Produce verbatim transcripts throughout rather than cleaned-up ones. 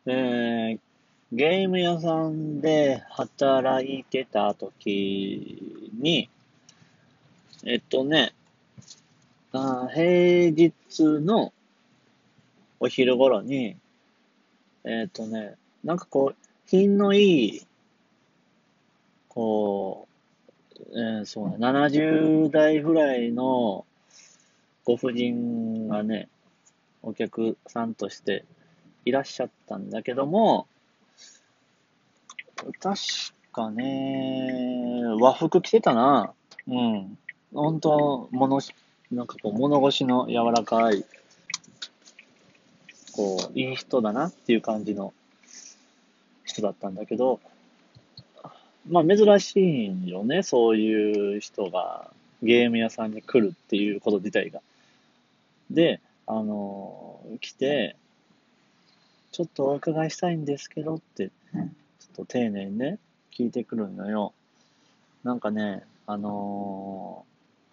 えー、ゲーム屋さんで働いてた時に、えっとね、あー平日のお昼頃に、えっとね、なんかこう、品のいい、こう、えーそうね、ななじゅう代ぐらいのご婦人がね、お客さんとしていらっしゃったんだけども、確かね、和服着てたな。うん。本当、物し、なんかこう、物腰の柔らかい、こう、いい人だなっていう感じの人だったんだけど、まあ珍しいんよね、そういう人がゲーム屋さんに来るっていうこと自体が。で、あのー来て、ちょっとお伺いしたいんですけどって、ちょっと丁寧にね、聞いてくるのよ。なんかね、あの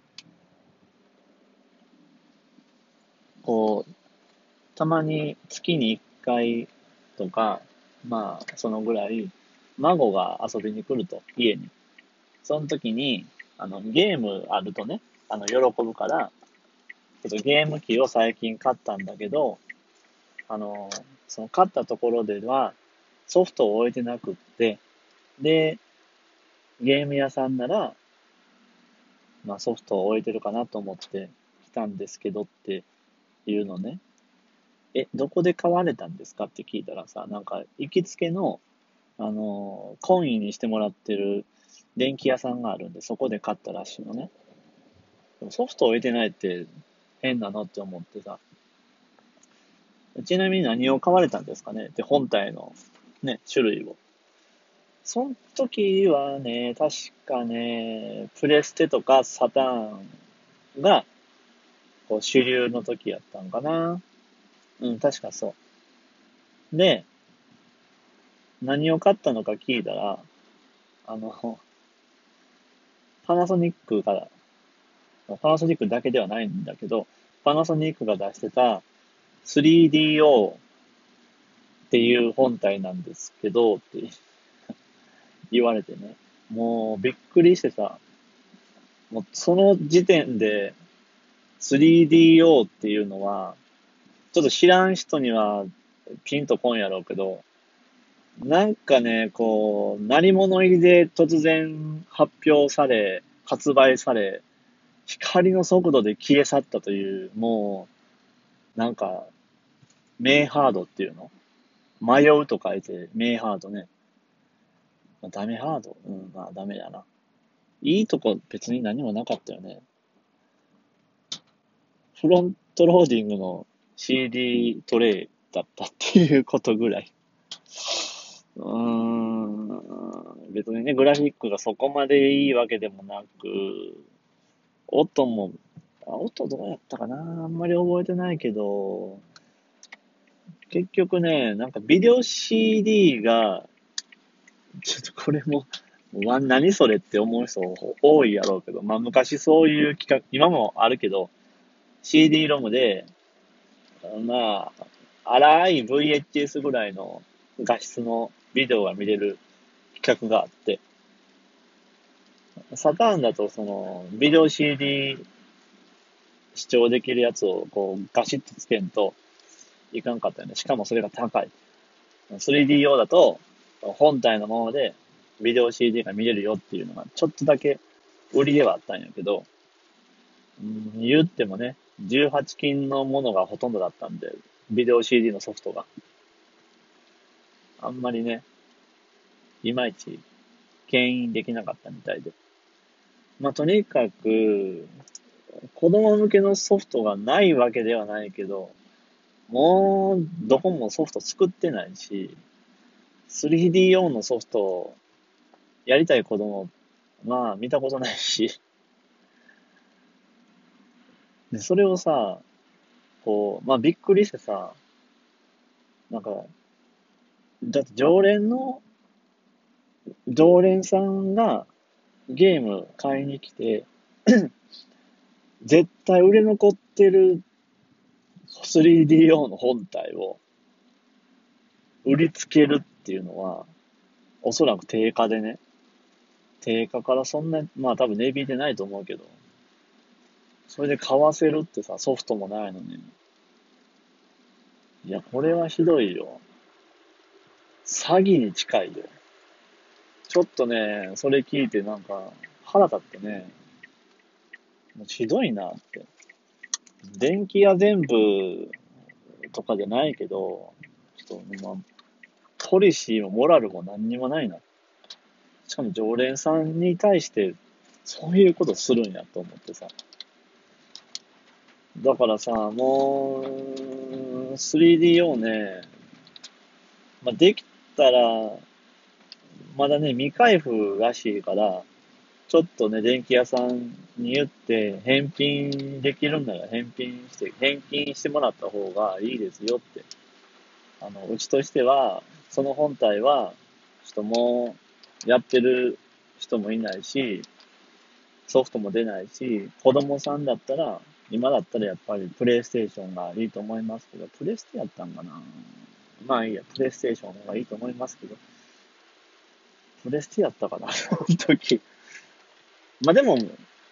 ーこう、たまに月にいっかいとか、まあ、そのぐらい、孫が遊びに来ると、家に。その時に、あの、ゲームあるとね、あの、喜ぶから、ちょっとゲーム機を最近買ったんだけど、あの、その買ったところでは、ソフトを置いてなくって、で、ゲーム屋さんなら、まあソフトを置いてるかなと思って来たんですけどっていうのね。え、どこで買われたんですかって聞いたらさ、なんか行きつけのあの、コンインにしてもらってる電気屋さんがあるんで、そこで買ったらしいのね。でもソフト置いてないって変なのって思ってさ。ちなみに何を買われたんですかねって、本体のね、種類を。その時はね、確かね、プレステとかサターンがこう主流の時やったんかな。うん、確かそう。で、何を買ったのか聞いたら、あの、パナソニックからパナソニックだけではないんだけど、パナソニックが出してた スリーディーオー っていう本体なんですけど、って言われてね。もうびっくりしてさ、もうその時点で スリーディーオー っていうのは、ちょっと知らん人にはピンとこんやろうけど、なんかね、こう、鳴り物入りで突然発表され、発売され、光の速度で消え去ったという、もう、なんか、メイハードっていうの迷うと書いて、メイハードね。まあ、ダメハードうん、まあダメだな。いいとこ別に何もなかったよね。フロントローディングの シーディー トレイだったっていうことぐらい。うーん。別にね、グラフィックがそこまでいいわけでもなく、音も、あ音どうやったかなあんまり覚えてないけど、結局ね、なんかビデオ シーディー がちょっとこれも、わ、何それって思う人多いやろうけど、まあ昔そういう企画、今もあるけど、シーディー ロムで、まあ、荒い ブイエイチエス ぐらいの画質のビデオが見れる企画があって、サターンだとその、ビデオ シーディー 視聴できるやつをこうガシッとつけんといかんかったよね。しかもそれが高い。スリーディーオー だと、本体のままでビデオ シーディー が見れるよっていうのがちょっとだけ売りではあったんやけど、うん、言ってもね、じゅうはち金のものがほとんどだったんで、ビデオ シーディー のソフトが。あんまりね、いまいち牽引できなかったみたいで。まあ、とにかく、子供向けのソフトがないわけではないけど、もう、どこもソフト作ってないし、スリーディーオー のソフトをやりたい子供、まあ、見たことないし、で、それをさ、こう、まあ、びっくりしてさ、なんか、だって常連の常連さんがゲーム買いに来て、絶対売れ残ってる スリーディーオー の本体を売りつけるっていうのは、おそらく定価でね、定価からそんな、まあ多分値引いてないと思うけど、それで買わせるってさ、ソフトもないのに。いや、これはひどいよ。詐欺に近いよ。ちょっとね、それ聞いてなんか腹立ってね、もうひどいなって。電気屋全部とかじゃないけど、ちょっと、まあ、ポリシーもモラルも何にもないな。しかも常連さんに対してそういうことするんやと思ってさ。だからさ、もう、スリーディー をね、まあ、できたら、まだね、未開封らしいから、ちょっとね、電気屋さんに言って、返品できるんなら返品して、返金してもらった方がいいですよって。あの、うちとしては、その本体は、ちょっともう、やってる人もいないし、ソフトも出ないし、子供さんだったら、今だったらやっぱりプレイステーションがいいと思いますけど、プレステやったんかな。まあいいや、プレイステーションの方がいいと思いますけど、プレステやったかな、その時。まあでも、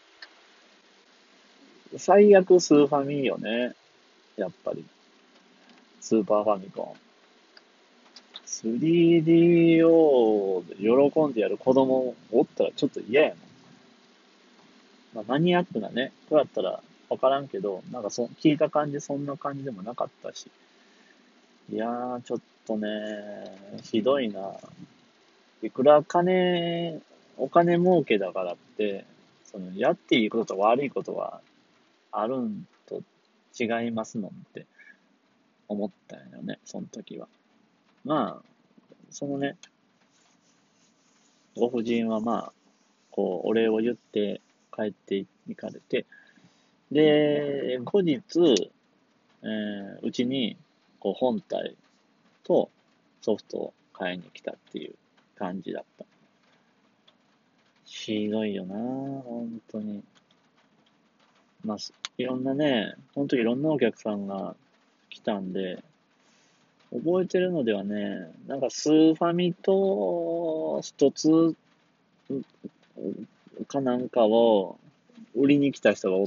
最悪スーファミよね。やっぱり。スーパーファミコン。スリーディー を喜んでやる子供おったらちょっと嫌やな。まあ、マニアックなね、こうやったらわからんけど、なんかそ聞いた感じそんな感じでもなかったし。いやー、ちょっとね、ひどいな。いくら金、お金儲けだからって、その、やっていいことと悪いことはあるんと違いますのって思ったんよね、その時は。まあ、そのね、ご婦人はまあ、こう、お礼を言って帰っていかれて、で、後日、えーうちに、こう、本体とソフトを買いに来たっていう感じだった。ひどいよなぁ、本当に。まあ、いろんなね、本当にいろんなお客さんが来たんで、覚えてるのではね、なんかスーファミと一つかなんかを売りに来た人がおって、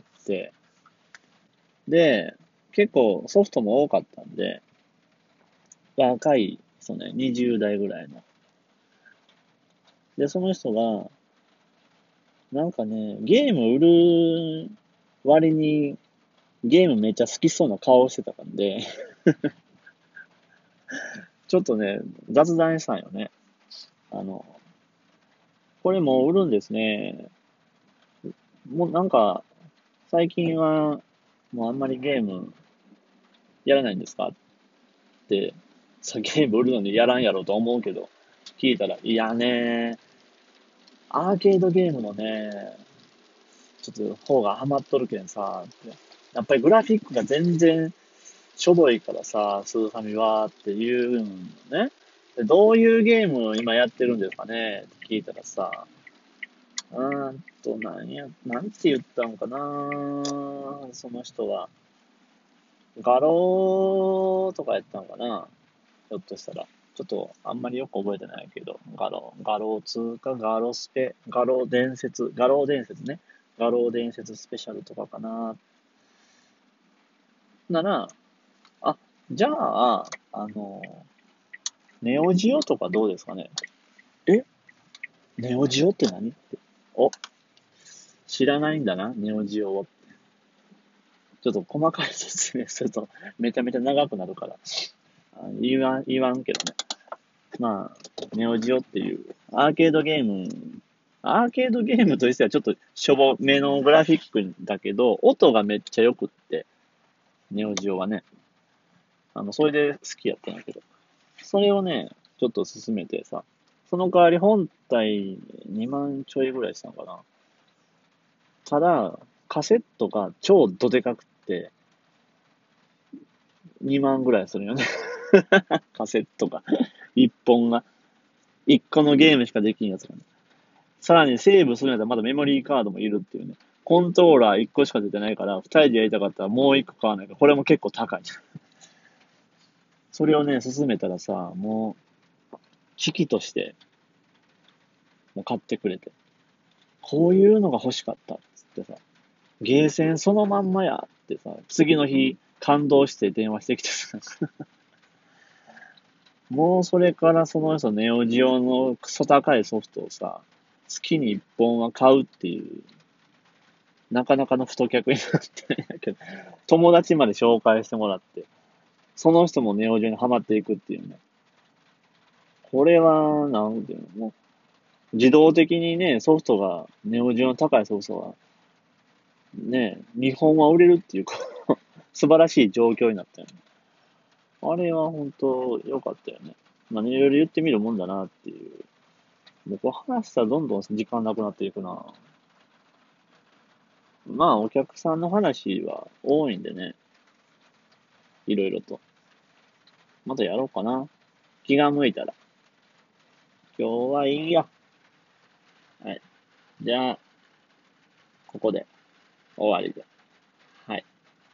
で、結構ソフトも多かったんで、若い人ね、にじゅう代ぐらいの。で、その人が、なんかね、ゲーム売る割にゲームめっちゃ好きそうな顔してたんで、ちょっとね、雑談したんよね。あの、これもう売るんですね。もうなんか、最近はもうあんまりゲームやらないんですかって、さ、ゲーム売るのにやらんやろと思うけど、聞いたら、いやね、アーケードゲームのね、ちょっと方がハマっとるけんさ、って。やっぱりグラフィックが全然しょぼいからさ、スーファミはっていうんね。でどういうゲームを今やってるんですかねって聞いたらさ、うーんと、なんや、なんて言ったのかなその人は。画廊とかやったのかなひょっとしたら。ちょっとあんまりよく覚えてないけど、画廊、画廊通か、画廊スペ、画廊伝説、画廊伝説ね。画廊伝説スペシャルとかかな。なら、あ、じゃあ、あの、ネオジオとかどうですかね。えネオジオって何って。お、知らないんだな、ネオジオを。ちょっと細かい説明するとめちゃめちゃ長くなるから、あ言わん、言わんけどね。まあ、ネオジオっていうアーケードゲーム、アーケードゲームとしてはちょっとしょぼめのグラフィックだけど、音がめっちゃ良くって、ネオジオはね。あの、それで好きやったんだけど。それをね、ちょっと進めてさ、その代わり本体にまんちょいぐらいしたのかな。ただ、カセットが超どでかくってにまんぐらいするよね。カセットが。いっぽんが。いっこのゲームしかできんやつがね。さらにセーブするんやったらまだメモリーカードもいるっていうね。コントローラーいっこしか出てないから、ふたりでやりたかったらもういっこ買わないから、これも結構高い。 それをね、勧めたらさ、もう、機器として、もう買ってくれて。こういうのが欲しかったっつってさ、ゲーセンそのまんまやってさ、次の日感動して電話してきてさ、もうそれからその人ネオジオのクソ高いソフトをさ、月にいっぽんは買うっていう、なかなかの太客になってるんやけど、友達まで紹介してもらって、その人もネオジオにハマっていくっていうね。これは、なんていうの、もう、自動的にね、ソフトが、ネオジオの高いソフトが、ね、日本は売れるっていうか素晴らしい状況になったよね。あれは本当良かったよね。まあね、いろいろ言ってみるもんだなっていう。もうこう話したらどんどん時間なくなっていくな。まあお客さんの話は多いんでね、いろいろと。またやろうかな。気が向いたら。今日はいいや。はい。じゃあ、ここで終わりで。